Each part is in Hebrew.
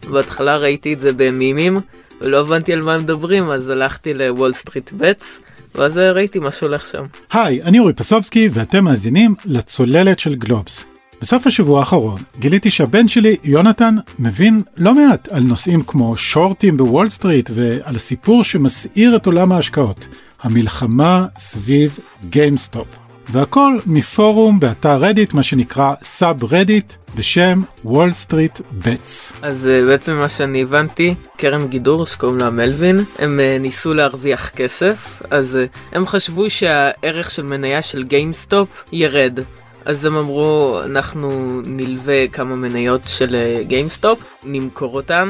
בהתחלה ראיתי את זה במימים, ולא הבנתי על מה מדברים, אז הלכתי לוול סטריט בטס, ואז ראיתי מה שהולך שם. היי, אני אורי פסובסקי, ואתם מאזינים לצוללת של גלובס. בסוף השבוע האחרון גיליתי שהבן שלי, יונתן, מבין לא מעט על נושאים כמו שורטים בוול סטריט, ועל הסיפור שמסעיר את עולם ההשקעות, המלחמה סביב גיימסטופ. והכל מפורום באתר רדיט, מה שנקרא סאב רדיט, בשם וול סטריט בטס. אז בעצם מה שאני הבנתי, קרן גידור שקוראים לה מלווין, הם ניסו להרוויח כסף, אז הם חשבו שהערך של מניה של גיימסטופ ירד. אז הם אמרו, אנחנו נלווה כמה מניות של גיימסטופ, נמכור אותן,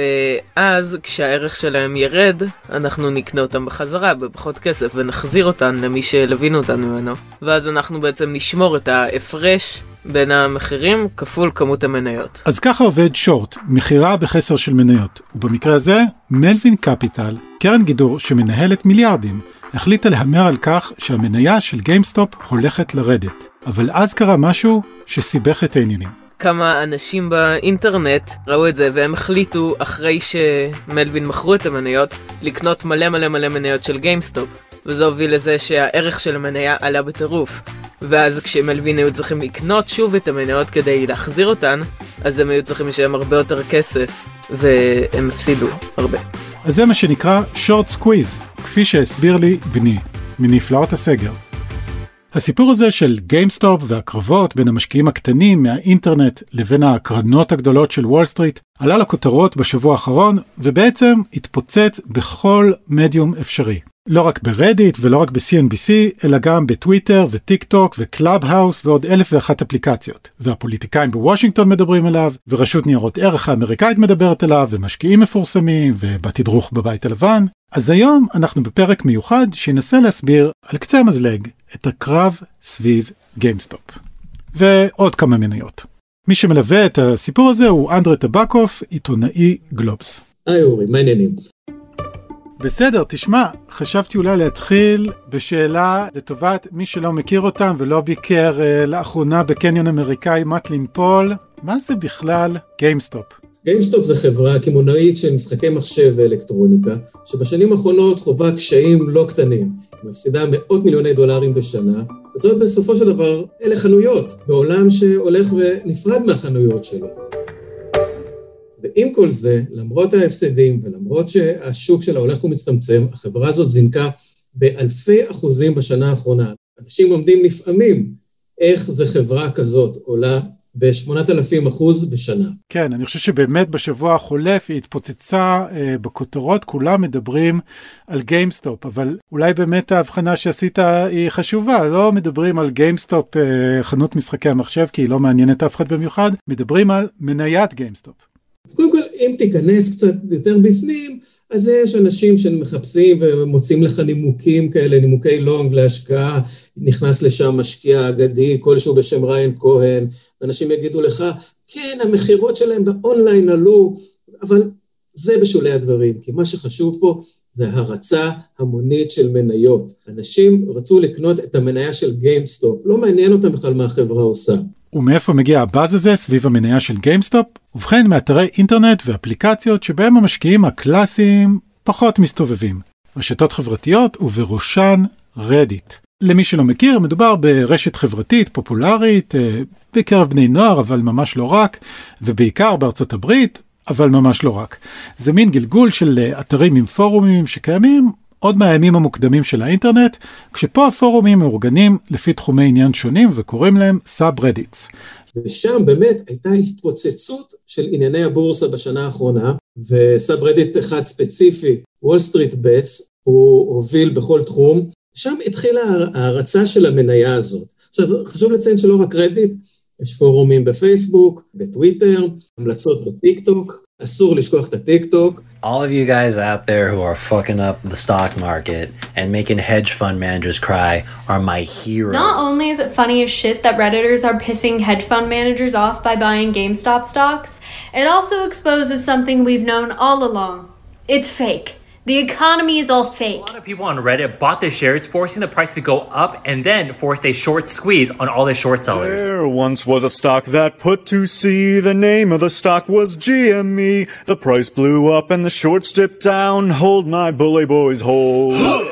ואז כשהערך שלהם ירד, אנחנו נקנה אותם בחזרה בפחות כסף, ונחזיר אותן למי שלווינו אותנו ממנו. ואז אנחנו בעצם נשמור את ההפרש בין המחירים כפול כמות המניות. אז ככה עובד שורט, מחירה בחסר של מניות. ובמקרה הזה, מלווין קפיטל, קרן גידור שמנהלת מיליארדים, החליטה להמר על כך שהמניה של גיימסטופ הולכת לרדת. אבל אז קרה משהו שסיבך את העניינים. כמה אנשים באינטרנט ראו את זה, והם החליטו, אחרי שמלווין מכרו את המניות, לקנות מלא מלא מלא מניות של גיימסטופ. וזה הוביל לזה שהערך של המניה עלה בטירוף. ואז כשמלווין היו צריכים לקנות שוב את המניות כדי להחזיר אותן, אז הם היו צריכים לשלם הרבה יותר כסף, והם הפסידו הרבה. אז זה מה שנקרא שורט סקוויז, כפי שהסביר לי בני, מנפלאות הסגר. הסיפור הזה של גיימסטופ והקרבות בין המשקיעים הקטנים מהאינטרנט לבין הקרנות הגדולות של וול סטריט עלה לכותרות בשבוע האחרון, ובעצם התפוצץ בכל מדיום אפשרי. לא רק ברדיט ולא רק ב-CNBC, אלא גם בטוויטר וטיק טוק וקלאב האוס ועוד 1,001 אפליקציות. והפוליטיקאים בוושינגטון מדברים עליו, ורשות ניירות ערך האמריקאית מדברת עליו, ומשקיעים מפורסמים, ובתדרוך בבית הלבן. אז היום אנחנו בפרק מיוחד שינסה להסביר על קצה המזלג את הקרב סביב גיימסטופ. ועוד כמה מניות. מי שמלווה את הסיפור הזה הוא אנדרי טבקוף, עיתונאי גלובס. היי אורי, מה העניינים? בסדר, תשמע, חשבתי אולי להתחיל בשאלה לטובת מי שלא מכיר אותם ולא ביקר לאחרונה בקניון אמריקאי מטלין פול. מה זה בכלל גיימסטופ? גיימסטופ זה חברה קמעונאית של משחקי מחשב ואלקטרוניקה, שבשנים האחרונות חווה קשיים לא קטנים. היא מפסידה מאות מיליוני דולרים בשנה, וזאת בסופו של דבר אלה חנויות, בעולם שהולך ונפרד מהחנויות שלו. ועם כל זה, למרות ההפסדים ולמרות שהשוק שלה הולך ומצטמצם, החברה הזאת זינקה באלפי אחוזים בשנה האחרונה. אנשים עומדים נפעמים איך זה חברה כזאת עולה ב-8,000% בשנה. כן, אני חושב שבאמת בשבוע החולף היא התפוצצה בכותרות, כולם מדברים על גיימסטופ, אבל אולי באמת ההבחנה שעשית היא חשובה, לא מדברים על גיימסטופ חנות משחקי המחשב, כי היא לא מעניינת אף אחד במיוחד, מדברים על מניית גיימסטופ. קודם כל, אם תיכנס קצת יותר בפנים, אז יש אנשים שמחפשים ומוצאים לך נימוקים כאלה, נימוקי לונג להשקעה, נכנס לשם משקיע אגדי, כלשהו בשם ריין כהן, אנשים יגידו לך, כן, המחירות שלהם באונליין עלו, אבל זה בשולי הדברים, כי מה שחשוב פה זה הרצה המונית של מניות. אנשים רצו לקנות את המניה של גיימסטופ, לא מעניין אותם בכלל מה החברה עושה. ומאיפה מגיע הבאז הזה סביב המניה של גיימסטופ? ובכן, מאתרי אינטרנט ואפליקציות שבהם המשקיעים הקלאסיים פחות מסתובבים. רשתות חברתיות ובראשן רדיט. למי שלא מכיר, מדובר ברשת חברתית פופולרית, בקרב בני נוער, אבל ממש לא רק, ובעיקר בארצות הברית, אבל ממש לא רק. זה מין גלגול של אתרים עם פורומים שקיימים עוד מהימים המוקדמים של האינטרנט, כשפה הפורומים מאורגנים לפי תחומי עניין שונים וקוראים להם סאב-רדיטס. ושם באמת הייתה התפוצצות של ענייני הבורסה בשנה האחרונה, וסאב-רדיט אחד ספציפי, וול סטריט בטס, הוא הוביל בכל תחום, שם התחילה ההרצה של המניה הזאת. עכשיו, חשוב לציין שלא רק רדיט, יש פורומים בפייסבוק, בטוויטר, המלצות בטיק-טוק, אסור לשכוח את הטיק-טוק. All of you guys out there who are fucking up the stock market and making hedge fund managers cry are my hero. Not only is it funny as shit that Redditors are pissing hedge fund managers off by buying GameStop stocks, it also exposes something we've known all along. It's fake. The economy is all fake. A lot of people on Reddit bought their shares, forcing the price to go up and then forced a short squeeze on all the short sellers. There once was a stock that put to sea. The name of the stock was GME. The price blew up and the shorts dipped down. Hold my bully boys, hold.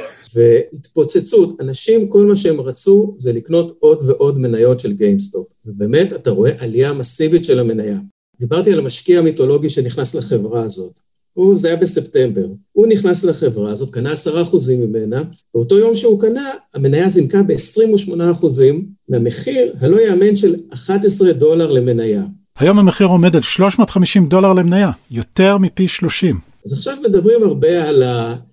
והתפוצצות, אנשים כל מה שהם רצו זה לקנות עוד ועוד מניות של גיימסטופ, ובאמת אתה רואה עלייה מסיבית של המניה. דיברתי על המשקיע המיתולוגי שנכנס לחברה הזאת, זה היה בספטמבר, הוא נכנס לחברה הזאת, קנה 10% ממנה, באותו יום שהוא קנה, המניה זינקה ב-28% למחיר הלא יאמן של $11 למניה. היום המחיר עומד על $350 למניה, יותר מפי 30. אז עכשיו מדברים הרבה על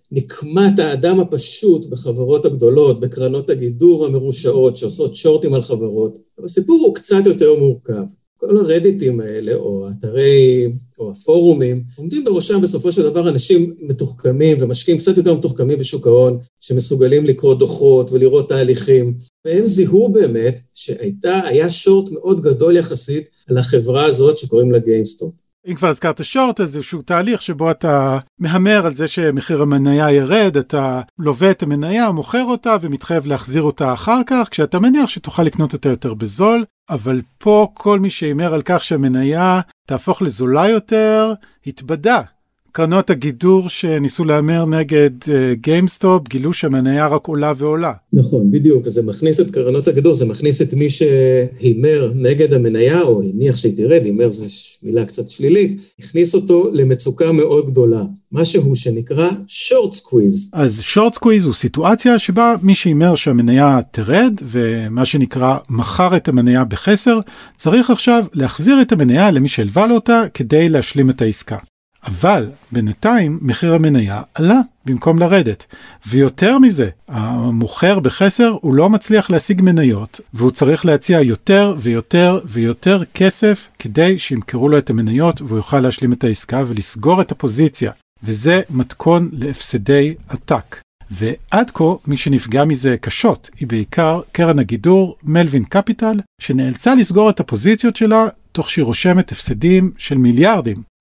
נקמת האדם הפשוט בחברות הגדולות, בקרנות הגידור המרושעות שעושות שורטים על חברות, אבל הסיפור הוא קצת יותר מורכב. כל הרדיטים האלה, או האתרי, או הפורומים, עומדים בראשם בסופו של דבר אנשים מתוחכמים ומשקיעים קצת יותר מתוחכמים בשוק ההון, שמסוגלים לקרוא דוחות ולראות תהליכים, והם זיהו באמת שהיה שורט מאוד גדול יחסית על החברה הזאת שקוראים לה גיימסטופ. אם כבר הזכרת שורט, אז איזשהו תהליך שבו אתה מהמר על זה שמחיר המניה ירד, אתה לווה את המניה, מוכר אותה ומתחייב להחזיר אותה אחר כך, כשאתה מניח שתוכל לקנות אותה יותר בזול, אבל פה כל מי שימר על כך שהמניה תהפוך לזולה יותר, התבדה. קרנות הגידור שניסו להמר נגד גיימסטופ, גילו שהמניה רק עולה ועולה. נכון, בדיוק. זה מכניס את קרנות הגידור, זה מכניס את מי שהימר נגד המניה, או הניח שהיא תרד, הימר זה מילה קצת שלילית, הכניס אותו למצוקה מאוד גדולה. משהו שנקרא short squeeze. אז short squeeze הוא סיטואציה שבה מי שימר שהמניה תרד, ומה שנקרא מחר את המניה בחסר, צריך עכשיו להחזיר את המניה למי שהלווה לו אותה, כדי להשלים את העסקה. אבל בינתיים מחיר המניה עלה במקום לרדת, ויותר מזה, המוכר בחסר הוא לא מצליח להשיג מניות, והוא צריך להציע יותר ויותר ויותר כסף כדי שימכרו לו את המניות והוא יוכל להשלים את העסקה ולסגור את הפוזיציה, וזה מתכון להפסדי עתק. ועד כה מי שנפגע מזה קשות היא בעיקר קרן הגידור מלווין קפיטל, שנאלצה לסגור את הפוזיציות שלה תוך שהיא רושמת הפסדים של מיליארדים,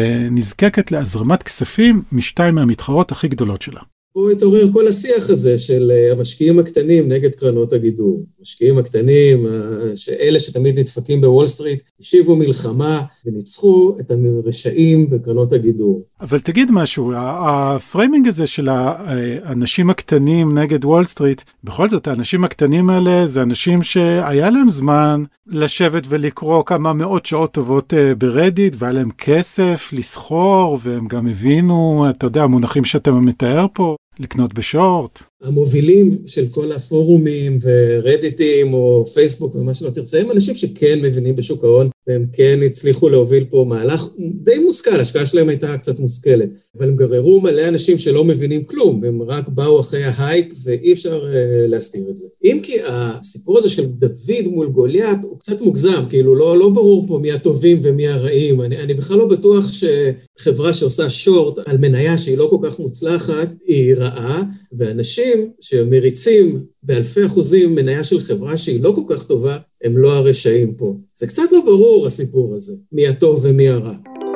ונזקקת להזרמת כספים משתיים מהמתחרות הכי גדולות שלה. פה התעורר כל השיח הזה של המשקיעים הקטנים נגד קרנות הגידור. המשקיעים הקטנים, שאלה שתמיד נדפקים בוול סטריט, השיבו מלחמה וניצחו את הרשעים בקרנות הגידור. אבל תגיד משהו, הפריימינג הזה של האנשים הקטנים נגד וול סטריט, בכל זאת האנשים הקטנים האלה זה אנשים שהיה להם זמן לשבת ולקרוא כמה מאות שעות טובות ברדיט, והיה להם כסף לסחור, והם גם הבינו, אתה יודע, המונחים שאתה מתאר פה, לקנות בשורט. המובילים של כל הפורומים ורדיטים או פייסבוק ומה שלא תרצה, הם אנשים שכן מבינים בשוק ההון, והם כן הצליחו להוביל פה מהלך די מושכל, השקעה שלהם הייתה קצת מושכלת, אבל הם גררו מלא אנשים שלא מבינים כלום, והם רק באו אחרי ההייפ, ואי אפשר להסתיר את זה. אם כי הסיפור הזה של דוד מול גוליית הוא קצת מוגזם, כאילו לא ברור פה מי הטובים ומי הרעים, אני בכלל לא בטוח שחברה שעושה שורט על מניה שהיא לא כל כך מוצלחת, היא רעה, ואנשים שמריצים באלפי אחוזים מניה של חברה שהיא לא כל כך טובה, הם לא הרשעים פה. זה קצת לא ברור הסיפור הזה, מי הטוב ומי הרע.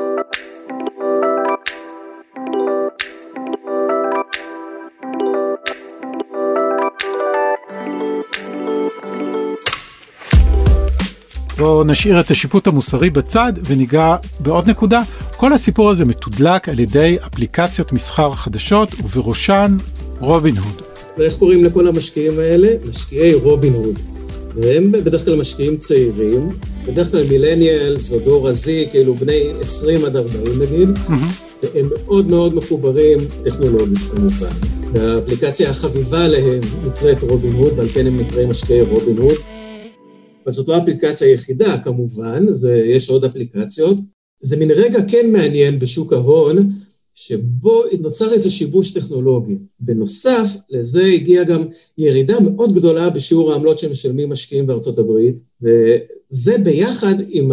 בואו נשאיר את השיפוט המוסרי בצד וניגע בעוד נקודה. כל הסיפור הזה מתודלק על ידי אפליקציות מסחר חדשות, ובראשן רובין הוד. ואיך קוראים לכל המשקיעים האלה? משקיעי רובין הוד. והם בדרך כלל משקיעים צעירים, בדרך כלל מילניאלס או דור הזי, כאילו בני 20 עד 40 נגיד, והם מאוד מאוד מחוברים טכנולוגית כמובן. והאפליקציה החביבה עליהם נקראת רובין הוד, ועל כן הם נקראים משקיעי רובין הוד. אבל זאת לא האפליקציה היחידה כמובן, יש עוד אפליקציות. זה מין רגע כן מעניין בשוק ההון, שבו נוצר איזה שיבוש טכנולוגי. בנוסף לזה הגיעה גם ירידה מאוד גדולה בשיעור העמלות שמשלמים משקיעים בארצות הברית, וזה ביחד עם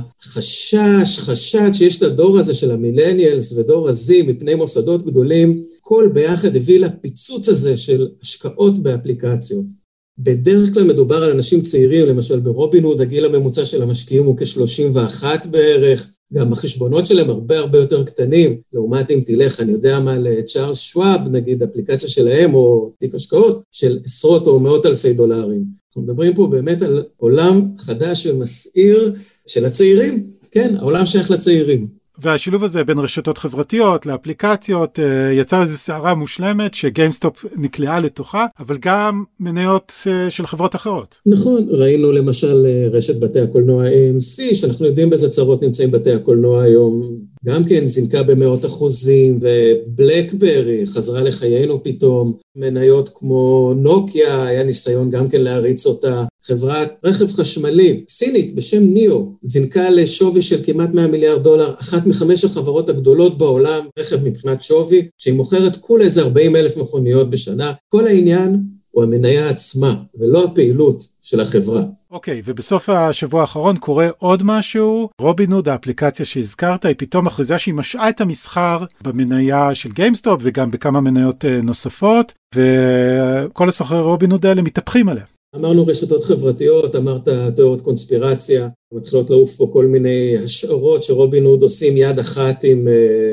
חשד שיש לדור הזה של המילניאלס ודור הזי מפני מוסדות גדולים, כל ביחד הביא לפיצוץ הזה של השקעות באפליקציות. בדרך כלל מדובר על אנשים צעירים, למשל ברובין הוד, הגיל הממוצע של המשקיעים הוא כ-31 בערך, גם החשבונות שלהם הרבה יותר קטנים, לעומת אם תלך, אני יודע מה, לצ'ארלס שוואב, נגיד, אפליקציה שלהם, או תיק השקעות, של עשרות או מאות אלפי דולרים. אנחנו מדברים פה באמת על עולם חדש ומסעיר של הצעירים, כן, העולם שייך לצעירים. והשילוב הזה בין רשתות חברתיות לאפליקציות יצר איזו סערה מושלמת שגיימסטופ נקלעה לתוכה, אבל גם מניות של חברות אחרות. נכון, ראינו למשל רשת בתי הקולנוע AMC, שאנחנו יודעים באיזה צרות נמצאים בתי הקולנוע היום, גם כן זינקה במאות אחוזים, ובלקברי חזרה לחיינו פתאום, מניות כמו נוקיה, היה ניסיון גם כן להריץ אותה, חברת רכב חשמלי, סינית בשם ניאו, זינקה לשווי של כמעט $100 מיליארד, אחת מחמש החברות הגדולות בעולם, רכב מבחינת שווי, שהיא מוכרת כולה איזה 40,000 מכוניות בשנה, כל העניין הוא המניה עצמה, ולא הפעילות של החברה. אוקיי, ובסוף השבוע האחרון קורה עוד משהו, רובינהוד, האפליקציה שהזכרת, היא פתאום מכריזה שהיא משעה את המסחר במניה של גיימסטופ, וגם בכמה מניות נוספות, וכל הסוחרי רובינהוד האלה מתהפכים עליה. אמרנו רשתות חברתיות, אמרת תיאוריות קונספירציה, מתחילות לעוף פה כל מיני השערות שרובינהוד עושים יד אחת עם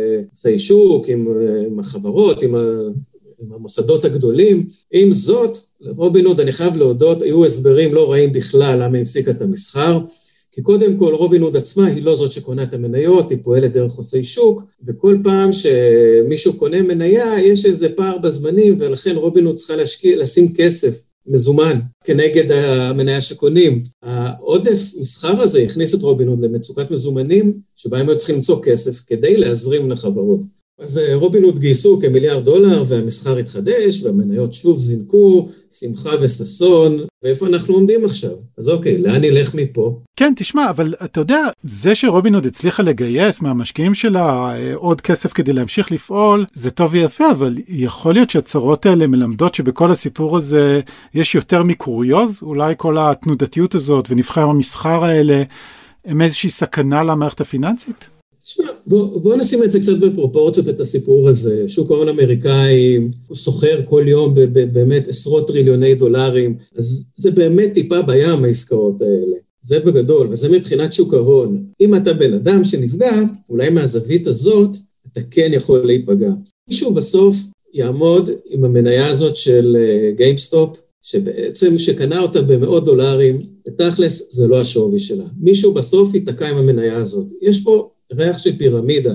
שוק, עם החברות, עם המוסדות הגדולים. עם זאת, רובינהוד, אני חייב להודות, היו הסברים לא רעים בכלל למה הפסיקה את המסחר, כי קודם כל רובינהוד עצמה היא לא זאת שקונה את המניות, היא פועלת דרך עושי שוק, וכל פעם שמישהו קונה מניה, יש איזה פער בזמנים, ולכן רובינהוד צריכה לשים כסף מזומן כנגד המניה שקונים. העודף מסחר הזה הכניס את רובינהוד למצוקת מזומנים, שבה הם היו צריכים למצוא כסף כדי להזרים לחברות. אז רובינהוד גייסו $1 מיליארד, והמסחר התחדש, והמניות שוב זינקו, שמחה וששון, ואיפה אנחנו עומדים עכשיו? אז אוקיי, לאן נלך מפה? כן, תשמע, אבל אתה יודע, זה שרובינהוד הצליחה לגייס מהמשקיעים שלה עוד כסף כדי להמשיך לפעול, זה טוב ויפה, אבל יכול להיות שהצרות האלה מלמדות שבכל הסיפור הזה יש יותר מקוריוז, אולי כל התנודתיות הזאת ונבחר המסחר האלה, הם איזושהי סכנה למערכת הפיננסית? תשמע, בוא נשים את זה קצת בפרופורציות את הסיפור הזה. שוק ההון אמריקאי, הוא סוחר כל יום באמת עשרות טריליוני דולרים, אז זה באמת טיפה בים העסקאות האלה. זה בגדול, וזה מבחינת שוק ההון. אם אתה בן אדם שנפגע, אולי מהזווית הזאת, אתה כן יכול להיפגע. מישהו בסוף יעמוד עם המניה הזאת של גיימסטופ, שבעצם שקנה אותה במאות דולרים, בתכלס זה לא השווי שלה. מישהו בסוף ייתקע עם המניה הזאת. יש פה ריח של פירמידה.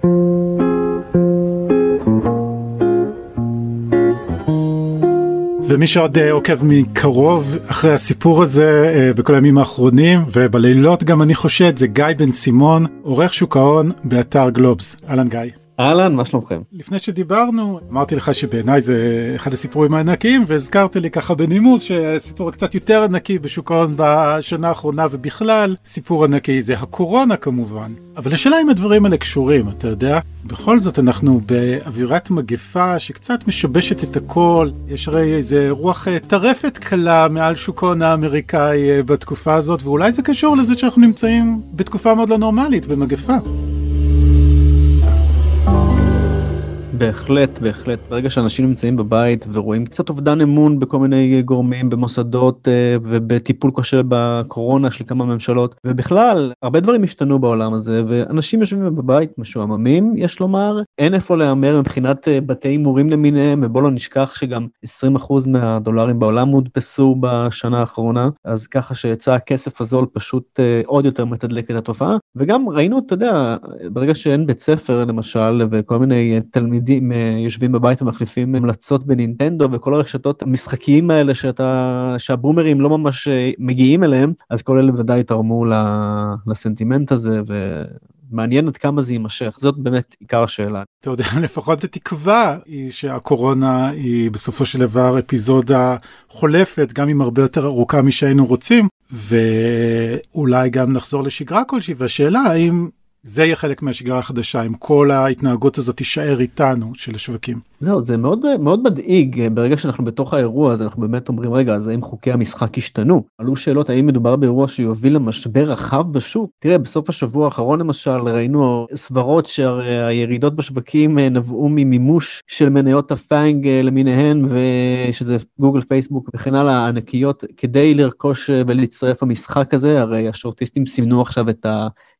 ומי שעוד עוקב מקרוב אחרי הסיפור הזה בכל הימים האחרונים, ובלילות גם אני חושד, זה גיא בן סימון, עורך שוק ההון באתר גלובס. אהלן גיא. אהלן, מה שלומכם? לפני שדיברנו, אמרתי לך שבעיניי זה אחד הסיפורים הענקיים, והזכרת לי ככה בנימוס שהסיפור קצת יותר ענקי בשוק ההון בשנה האחרונה, ובכלל סיפור ענקי זה הקורונה כמובן. אבל השאלה אם הדברים האלה קשורים, אתה יודע? בכל זאת אנחנו באווירת מגפה שקצת משבשת את הכל, יש הרי איזה רוח טרפת קלה מעל שוק ההון האמריקאי בתקופה הזאת, ואולי זה קשור לזה שאנחנו נמצאים בתקופה מאוד לא נורמלית, במגפה. בהחלט. ברגע שאנשים נמצאים בבית ורואים קצת אובדן אמון בכל מיני גורמים, במוסדות ובטיפול קשה בקורונה של כמה ממשלות, ובכלל, הרבה דברים השתנו בעולם הזה, ואנשים יושבים בבית משועממים, יש לומר, אין איפה להיאמר מבחינת בתי הימורים למיניהם, ובוא לא נשכח שגם 20% מהדולרים בעולם הודפסו בשנה האחרונה, אז ככה שיצא הכסף הזול פשוט עוד יותר מתדלק את התופעה, וגם ראינו, אתה יודע, ברגע שאין בית ספר למשל, וכל מיני תלמידים יושבים בבית ומחליפים המלצות בנינטנדו וכל הרשתות המשחקיים האלה שהבומרים לא ממש מגיעים אליהם, אז כל אלה ודאי תרמו לסנטימנט הזה, ומעניין עד כמה זה יימשך. זאת באמת עיקר השאלה. אתה יודע, לפחות התקווה היא שהקורונה היא בסופו של דבר אפיזודה חולפת, גם אם הרבה יותר ארוכה משהיינו רוצים, ואולי גם נחזור לשגרה כלשהי, והשאלה האם זה יהיה חלק מהשגרה החדשה, אם כל ההתנהגות הזאת תישאר איתנו של השווקים. זהו, זה מאוד, מאוד מדאיג, ברגע שאנחנו בתוך האירוע הזה, אנחנו באמת אומרים, רגע, אז האם חוקי המשחק השתנו? עלו שאלות, האם מדובר באירוע שיוביל למשבר רחב בשוק? תראה, בסוף השבוע האחרון למשל, ראינו סברות שהירידות בשווקים נבעו ממימוש של מניות הפאנג למיניהן, ושזה גוגל, פייסבוק וכן הלאה, הענקיות, כדי לרכוש ולהצטרף המשחק הזה, הרי השורטיסטים סימנו עכשיו את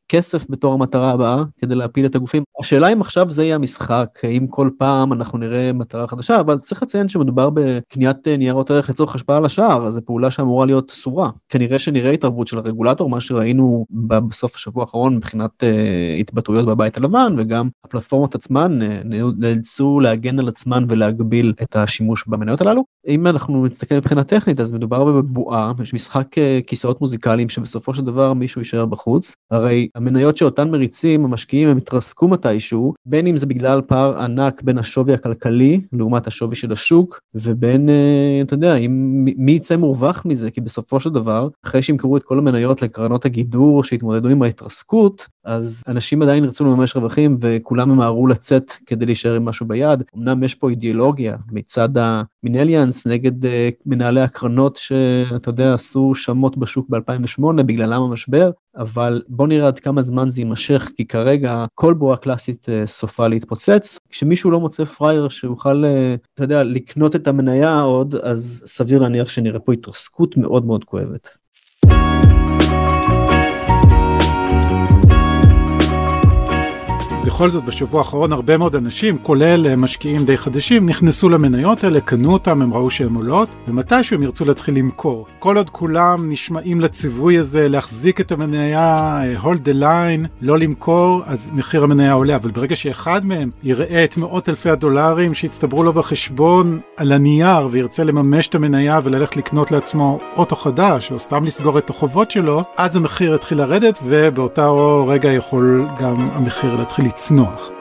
כסף בתור המטרה הבאה כדי להפיל את הגופים. השאלה אם עכשיו זה יהיה המשחק, אם כל פעם אנחנו נראה מטרה חדשה, אבל צריך לציין שמדובר בקניית ניירות ערך לצורך השפעה על השער, אז זו פעולה שאמורה להיות אסורה. כנראה שנראה התערבות של הרגולטור, מה שראינו בסוף השבוע האחרון מבחינת התבטאויות בבית הלבן, וגם הפלטפורמות עצמן נאלצו להגן על עצמן ולהגביל את השימוש במניות הללו. אם אנחנו נסתכל מבחינה טכנית, אז מדובר בבועה, משחק כיסאות מוזיקליים שבסופו של דבר מישהו יישאר בחוץ. הרי המניות שאותן מריצים, המשקיעים, הם התרסקו מתישהו, בין אם זה בגלל פער ענק בין השווי הכלכלי לעומת השווי של השוק, ובין, אתה יודע, מי יצא מורווח מזה, כי בסופו של דבר, אחרי שימכרו את כל המניות לקרנות הגידור שהתמודדו עם ההתרסקות, אז אנשים עדיין רצו לממש רווחים, וכולם ממהרו לצאת כדי להישאר עם משהו ביד. אמנם יש פה אידיאולוגיה מצד המינליאנס נגד מנהלי הקרנות שאתה יודע, עשו שמות בשוק ב-2008 בגללם המשבר, אבל בוא נראה עד כמה זמן זה יימשך, כי כרגע כל בועה קלאסית סופה להתפוצץ. כשמישהו לא מוצא פרייר שיוכל, אתה יודע, לקנות את המניה עוד, אז סביר להניח שנראה פה התרסקות מאוד מאוד כואבת. בכל זאת, בשבוע האחרון הרבה מאוד אנשים, כולל משקיעים די חדשים, נכנסו למניות האלה, קנו אותם, הם ראו שהן עולות, ומתישהו הם ירצו להתחיל למכור. כל עוד כולם נשמעים לציווי הזה, להחזיק את המניה, hold the line, לא למכור, אז מחיר המניה עולה. אבל ברגע שאחד מהם יראה את מאות אלפי הדולרים שהצטברו לו בחשבון על הנייר, וירצה לממש את המניה וללכת לקנות לעצמו אוטו חדש, או סתם לסגור את החובות שלו, אז המחיר התחיל לרדת, ובאותה רגע יכול גם המחיר להתחיל לצנוח.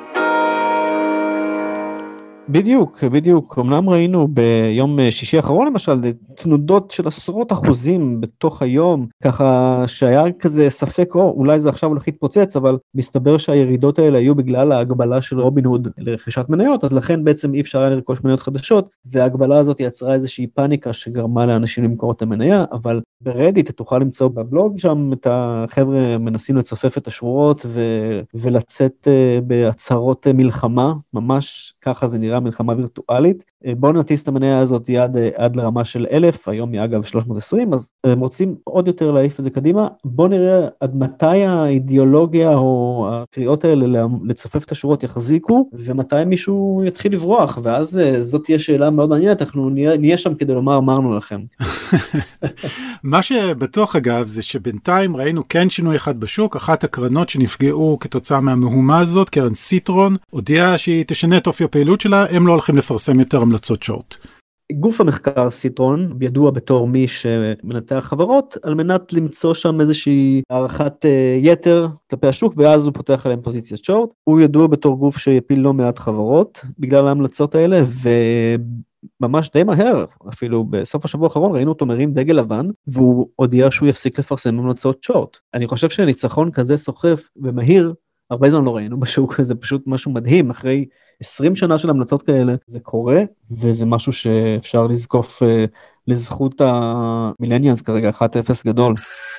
בדיוק. אמנם ראינו ביום שישי האחרון למשל, תנודות של עשרות אחוזים בתוך היום, ככה שהיה כזה ספק, אולי זה עכשיו הולך להתפוצץ, אבל מסתבר שהירידות האלה היו בגלל ההגבלה של רובין הוד לרכישת מניות, אז לכן בעצם אי אפשר היה לרכוש מניות חדשות, וההגבלה הזאת יצרה איזושהי פאניקה שגרמה לאנשים למכור את המניה, אבל ברדיט תוכל למצוא בבלוג שם את החבר'ה מנסים לצופף את השורות ולצאת בהצהרות מלחמה, ממש ככה זה נראה מלחמה וירטואלית. בואו נטיס את המניה הזאת עד לרמה של 1,000, היום היא אגב 320, אז הם רוצים עוד יותר להעיף את זה קדימה. בואו נראה עד מתי האידיאולוגיה או הקריאות האלה לצופף את השורות יחזיקו, ומתי מישהו יתחיל לברוח, ואז זאת תהיה שאלה מאוד מעניינת, אנחנו נהיה שם כדי לומר, אמרנו לכם. מה שבטוח אגב זה שבינתיים ראינו כן שינוי אחד בשוק, אחת הקרנות שנפגעו כתוצאה מהמהומה הזאת, קרן סיטרון, הודיעה שהיא תשנה את אופי הפעילות שלה, הם לא הולכים לפרסם יותר המלצות שורט. גוף המחקר סיטרון ידוע בתור מי שמנתח חברות, על מנת למצוא שם איזושהי הערכת יתר כלפי השוק, ואז הוא פותח עליהם פוזיציית שורט. הוא ידוע בתור גוף שיפיל לא מעט חברות בגלל ההמלצות האלה, ממש די מהר, אפילו בסוף השבוע האחרון ראינו אותו מרים דגל לבן, והוא הודיע שהוא יפסיק לפרסם המלצות שורט. אני חושב שניצחון כזה סוחף ומהיר, הרבה זמן לא ראינו בשוק, זה פשוט משהו מדהים, אחרי 20 שנה של המלצות כאלה, זה קורה, וזה משהו שאפשר לזקוף לזכות המילניאנס כרגע, 1-0 גדול.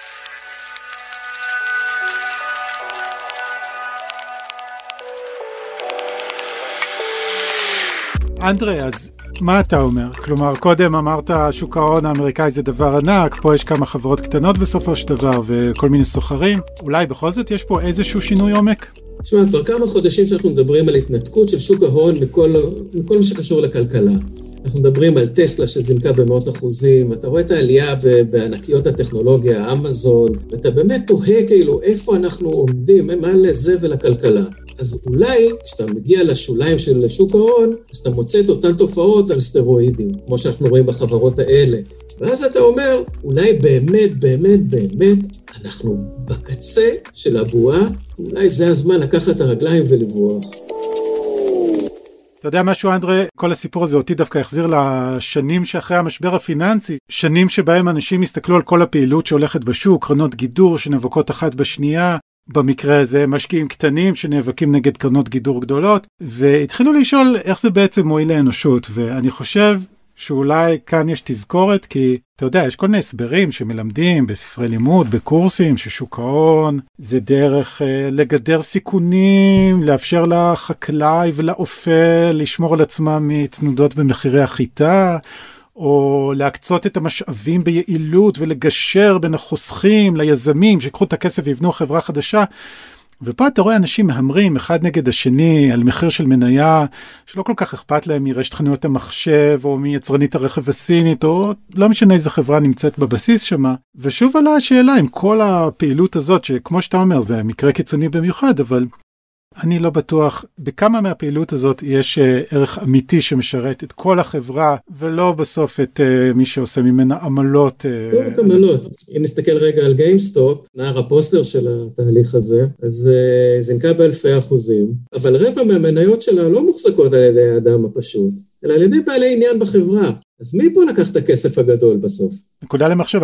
אנדרי, אז מה אתה אומר? כלומר, קודם אמרת שוק ההון האמריקאי זה דבר ענק, פה יש כמה חברות קטנות בסופו של דבר וכל מיני סוחרים. אולי בכל זאת יש פה איזשהו שינוי עומק? תשמע, כבר כמה חודשים שאנחנו מדברים על התנתקות של שוק ההון מכל מה שקשור לכלכלה. אנחנו מדברים על טסלה שזינקה במאות אחוזים, אתה רואה את העלייה בענקיות הטכנולוגיה, אמזון, ואתה באמת תוהה כאילו איפה אנחנו עומדים, מה לזה ולכלכלה. אז אולי כשאתה מגיע לשוליים של שוק ההון, אז אתה מוצא את אותן תופעות על סטרואידים, כמו שאנחנו רואים בחברות האלה. ואז אתה אומר, אולי באמת, אנחנו בקצה של הבועה, אולי זה הזמן לקחת את הרגליים ולברוח. אתה יודע משהו, אנדרי? כל הסיפור הזה אותי דווקא יחזיר לשנים שאחרי המשבר הפיננסי, שנים שבהם אנשים הסתכלו על כל הפעילות שהולכת בשוק, קרנות גידור שנאבקות אחת בשנייה, במקרה הזה משקיעים קטנים שנאבקים נגד קרנות גידור גדולות, והתחילו לשאול איך זה בעצם מועיל לאנושות, ואני חושב שאולי כאן יש תזכורת, כי אתה יודע, יש כל מיני הסברים שמלמדים בספרי לימוד, בקורסים, ששוק ההון זה דרך לגדר סיכונים, לאפשר לחקלאי ולאופה לשמור על עצמם מתנודות במחירי החיטה, או להקצות את המשאבים ביעילות ולגשר בין החוסכים ליזמים שיקחו את הכסף ויבנו חברה חדשה. ופה אתה רואה אנשים מהמרים אחד נגד השני על מחיר של מניה שלא כל כך אכפת להם מרשת חנויות המחשב או מיצרנית הרכב הסינית או לא משנה איזה חברה נמצאת בבסיס שמה. ושוב עלה השאלה עם כל הפעילות הזאת שכמו שאתה אומר זה מקרה קיצוני במיוחד, אבל אני לא בטוח בכמה מהפעילות הזאת יש ערך אמיתי שמשרת את כל החברה ולא בסוף את מי שעושה ממנה עמלות. לא רק עמלות. אם נסתכל רגע על גיימסטופ, נער הפוסטר של התהליך הזה, אז זינקה באלפי אחוזים, אבל רבע מהמניות שלה לא מוחזקות על ידי האדם הפשוט, אלא על ידי בעלי עניין בחברה. אז מי פה לקח את הכסף הגדול בסוף? נקודה למחשבה.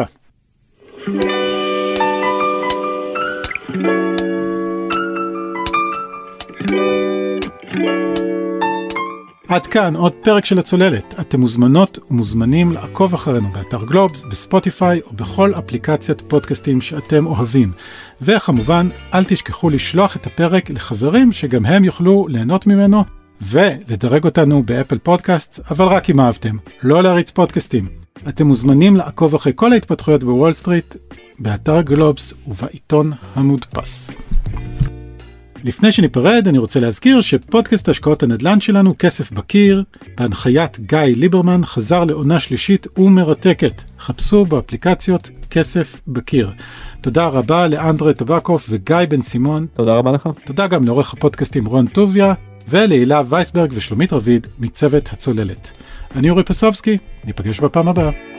עד כאן עוד פרק של הצוללת. אתם מוזמנות ומוזמנים לעקוב אחרינו באתר גלובס, בספוטיפיי או בכל אפליקציית פודקאסטים שאתם אוהבים. וכמובן, אל תשכחו לשלוח את הפרק לחברים שגם הם יוכלו ליהנות ממנו, ולדרג אותנו באפל פודקאסט, אבל רק אם אהבתם, לא להריץ פודקאסטים. אתם מוזמנים לעקוב אחרי כל ההתפתחויות בוול סטריט, באתר גלובס ובעיתון המודפס. לפני שניפרד, אני רוצה להזכיר שפודקאסט השקעות הנדל"ן שלנו, כסף בקיר, בהנחיית גיא ליברמן, חזר לעונה שלישית ומרתקת. חפשו באפליקציות כסף בקיר. תודה רבה לאנדרי טבקוף וגיא בן סימון. תודה רבה לך. תודה גם לעורך הפודקאסטים רון טוביה, ולהילה וייסברג ושלומית רביד מצוות הצוללת. אני אורי פסובסקי, ניפגש בפעם הבאה.